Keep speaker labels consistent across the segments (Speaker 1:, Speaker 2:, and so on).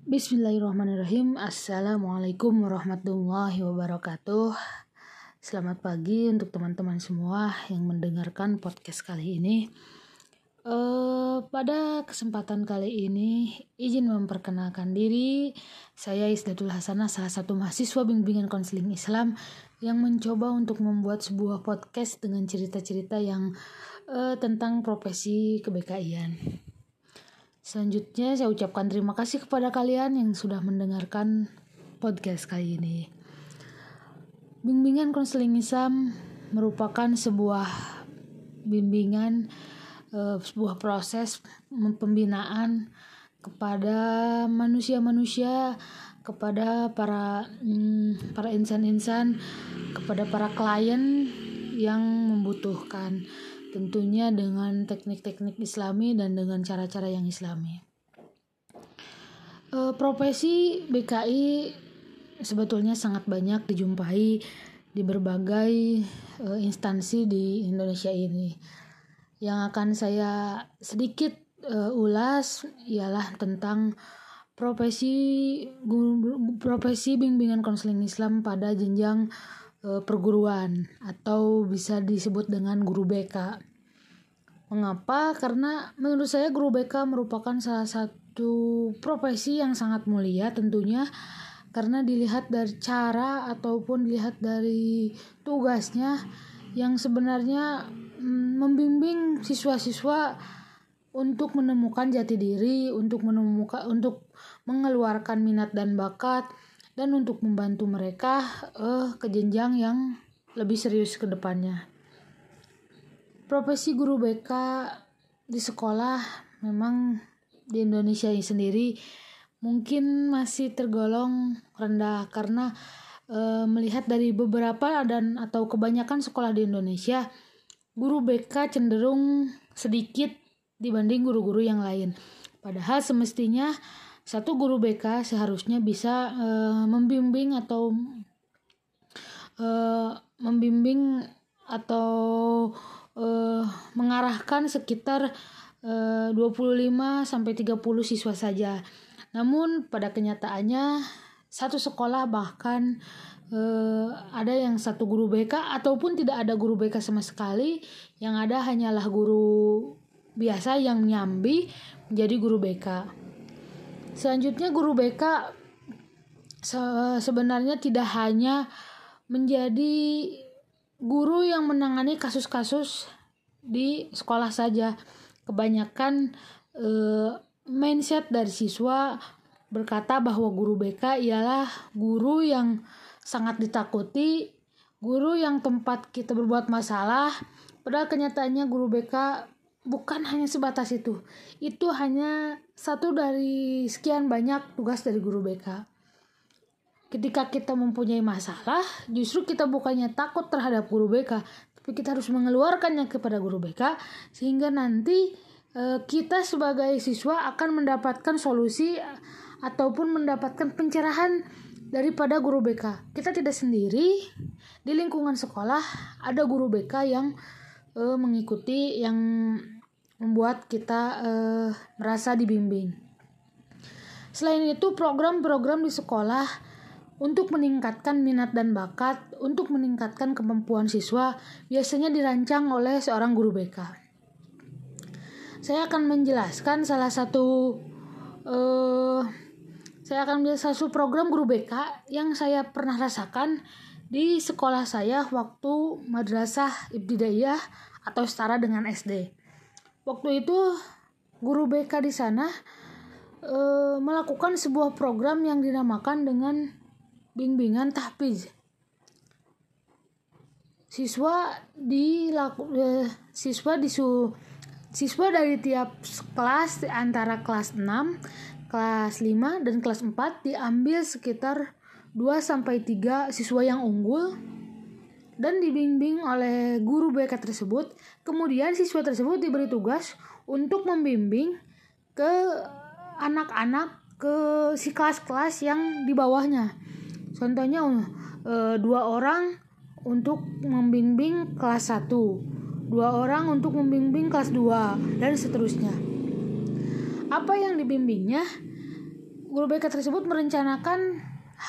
Speaker 1: Bismillahirrahmanirrahim. Assalamualaikum warahmatullahi wabarakatuh. Selamat pagi untuk teman-teman semua yang mendengarkan podcast kali ini. Pada kesempatan kali ini izin memperkenalkan diri. Saya Isdatul Hasanah, salah satu mahasiswa bimbingan konseling Islam yang mencoba untuk membuat sebuah podcast dengan cerita-cerita yang tentang profesi keBKI-an. Selanjutnya saya ucapkan terima kasih kepada kalian yang sudah mendengarkan podcast kali ini. Bimbingan konseling Islam merupakan sebuah bimbingan, sebuah proses pembinaan kepada manusia-manusia, kepada para insan-insan, kepada para klien yang membutuhkan, tentunya dengan teknik-teknik Islami dan dengan cara-cara yang Islami. Profesi BKI sebetulnya sangat banyak dijumpai di berbagai instansi di Indonesia ini. Yang akan saya sedikit ulas ialah tentang profesi bimbingan konseling Islam pada jenjang perguruan atau bisa disebut dengan guru BK. Mengapa? Karena menurut saya guru BK merupakan salah satu profesi yang sangat mulia tentunya, karena dilihat dari cara ataupun dilihat dari tugasnya yang sebenarnya membimbing siswa-siswa untuk menemukan jati diri, untuk mengeluarkan minat dan bakat, dan untuk membantu mereka ke jenjang yang lebih serius ke depannya. Profesi guru BK di sekolah memang di Indonesia ini sendiri mungkin masih tergolong rendah, karena melihat dari beberapa atau kebanyakan sekolah di Indonesia, guru BK cenderung sedikit dibanding guru-guru yang lain. Padahal semestinya satu guru BK seharusnya bisa membimbing atau mengarahkan sekitar 25-30 siswa saja. Namun pada kenyataannya satu sekolah bahkan ada yang satu guru BK ataupun tidak ada guru BK sama sekali, yang ada hanyalah guru biasa yang nyambi menjadi guru BK. Selanjutnya guru BK sebenarnya tidak hanya menjadi guru yang menangani kasus-kasus di sekolah saja. Kebanyakan mindset dari siswa berkata bahwa guru BK ialah guru yang sangat ditakuti, guru yang tempat kita berbuat masalah. Padahal kenyataannya guru BK bukan hanya sebatas itu. Itu hanya satu dari sekian banyak tugas dari guru BK. Ketika kita mempunyai masalah, justru kita bukannya takut terhadap guru BK, tapi kita harus mengeluarkannya kepada guru BK, sehingga nanti kita sebagai siswa akan mendapatkan solusi ataupun mendapatkan pencerahan daripada guru BK. Kita tidak sendiri. Di lingkungan sekolah ada guru BK yang mengikuti, yang membuat kita merasa dibimbing. Selain itu, program-program di sekolah untuk meningkatkan minat dan bakat, untuk meningkatkan kemampuan siswa, biasanya dirancang oleh seorang guru BK. Saya akan menjelaskan salah satu program guru BK yang saya pernah rasakan di sekolah saya waktu madrasah ibtidaiyah atau setara dengan SD. Waktu itu guru BK di sana melakukan sebuah program yang dinamakan dengan bimbingan tahfiz. Siswa dari tiap kelas, antara kelas 6, kelas 5 dan kelas 4 diambil sekitar 2-3 siswa yang unggul dan dibimbing oleh guru BK tersebut. Kemudian siswa tersebut diberi tugas untuk membimbing ke anak-anak, ke si kelas-kelas yang di bawahnya. Contohnya 2 orang untuk membimbing kelas 1, 2 orang untuk membimbing kelas 2, dan seterusnya. Apa yang dibimbingnya? guru BK tersebut merencanakan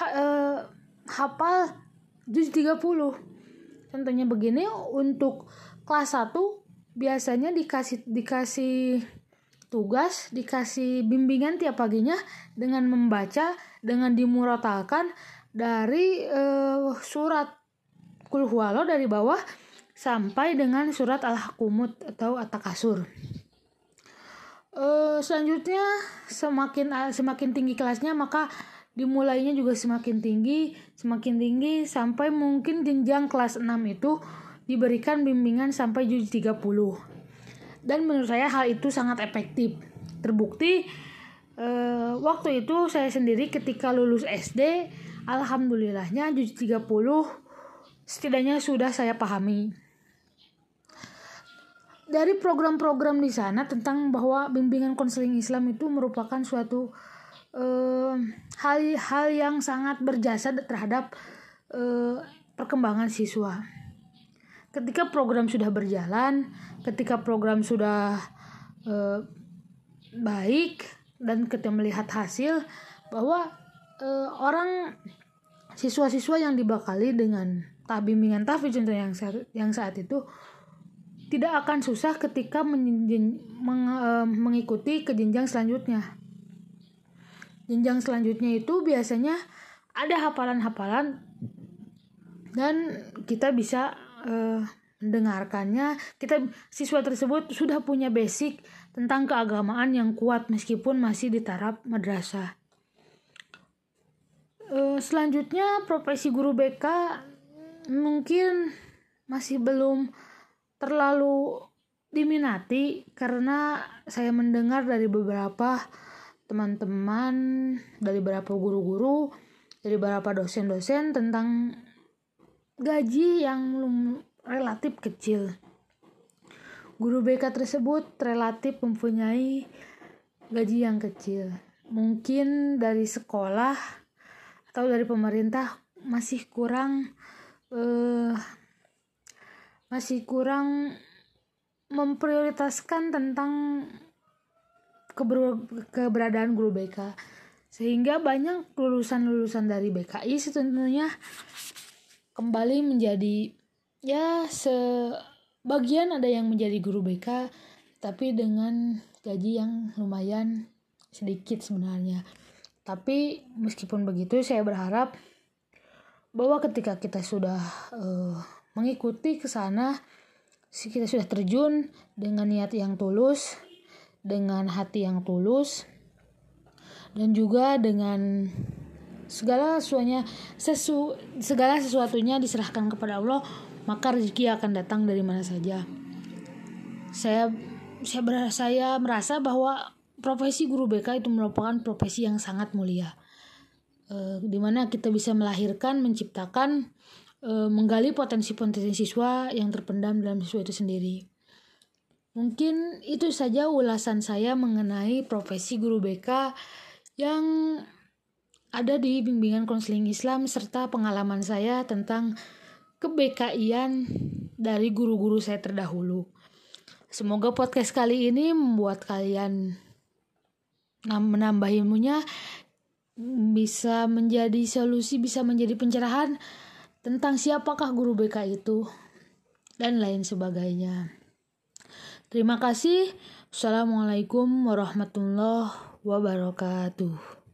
Speaker 1: hafal juz 30. Contohnya begini, untuk kelas 1 biasanya dikasih tugas, dikasih bimbingan tiap paginya dengan membaca, dengan dimurotalkan dari surat Qul Huwallahu dari bawah sampai dengan surat Al-Hakumut atau At-Takasur. Selanjutnya semakin tinggi kelasnya, maka dimulainya juga semakin tinggi sampai mungkin jenjang kelas 6 itu diberikan bimbingan sampai juz 30. Dan menurut saya hal itu sangat efektif. Terbukti waktu itu saya sendiri ketika lulus SD, alhamdulillahnya juz 30 setidaknya sudah saya pahami. Dari program-program di sana tentang bahwa bimbingan konseling Islam itu merupakan suatu hal yang sangat berjasa terhadap perkembangan siswa. Ketika program sudah berjalan, ketika program sudah baik, dan kita melihat hasil bahwa siswa-siswa yang dibekali dengan bimbingan tahfidz contohnya yang saat itu tidak akan susah ketika mengikuti ke jenjang selanjutnya. Jenjang selanjutnya itu biasanya ada hafalan-hafalan dan kita bisa mendengarkannya. Siswa tersebut sudah punya basic tentang keagamaan yang kuat meskipun masih di taraf madrasah. Selanjutnya profesi guru BK mungkin masih belum terlalu diminati karena saya mendengar dari beberapa teman-teman, dari beberapa guru-guru, dari beberapa dosen-dosen tentang gaji yang relatif kecil. Guru BK tersebut relatif mempunyai gaji yang kecil. Mungkin dari sekolah atau dari pemerintah masih kurang memprioritaskan tentang keberadaan guru BK, sehingga banyak lulusan dari BKI tentunya kembali menjadi sebagian ada yang menjadi guru BK tapi dengan gaji yang lumayan sedikit sebenarnya. Tapi meskipun begitu, saya berharap bahwa ketika kita sudah mengikuti ke sana, kita sudah terjun dengan niat yang tulus, dengan hati yang tulus, dan juga dengan segala sesuatunya diserahkan kepada Allah, maka rezeki akan datang dari mana saja. Saya merasa bahwa profesi guru BK itu merupakan profesi yang sangat mulia, di mana kita bisa melahirkan, menciptakan, menggali potensi-potensi siswa yang terpendam dalam siswa itu sendiri. Mungkin itu saja ulasan saya mengenai profesi guru BK yang ada di bimbingan konseling Islam serta pengalaman saya tentang ke-BK-ian dari guru-guru saya terdahulu. Semoga podcast kali ini membuat kalian menambah ilmunya, bisa menjadi solusi, bisa menjadi pencerahan tentang siapakah guru BK itu dan lain sebagainya. Terima kasih. Assalamualaikum warahmatullahi wabarakatuh.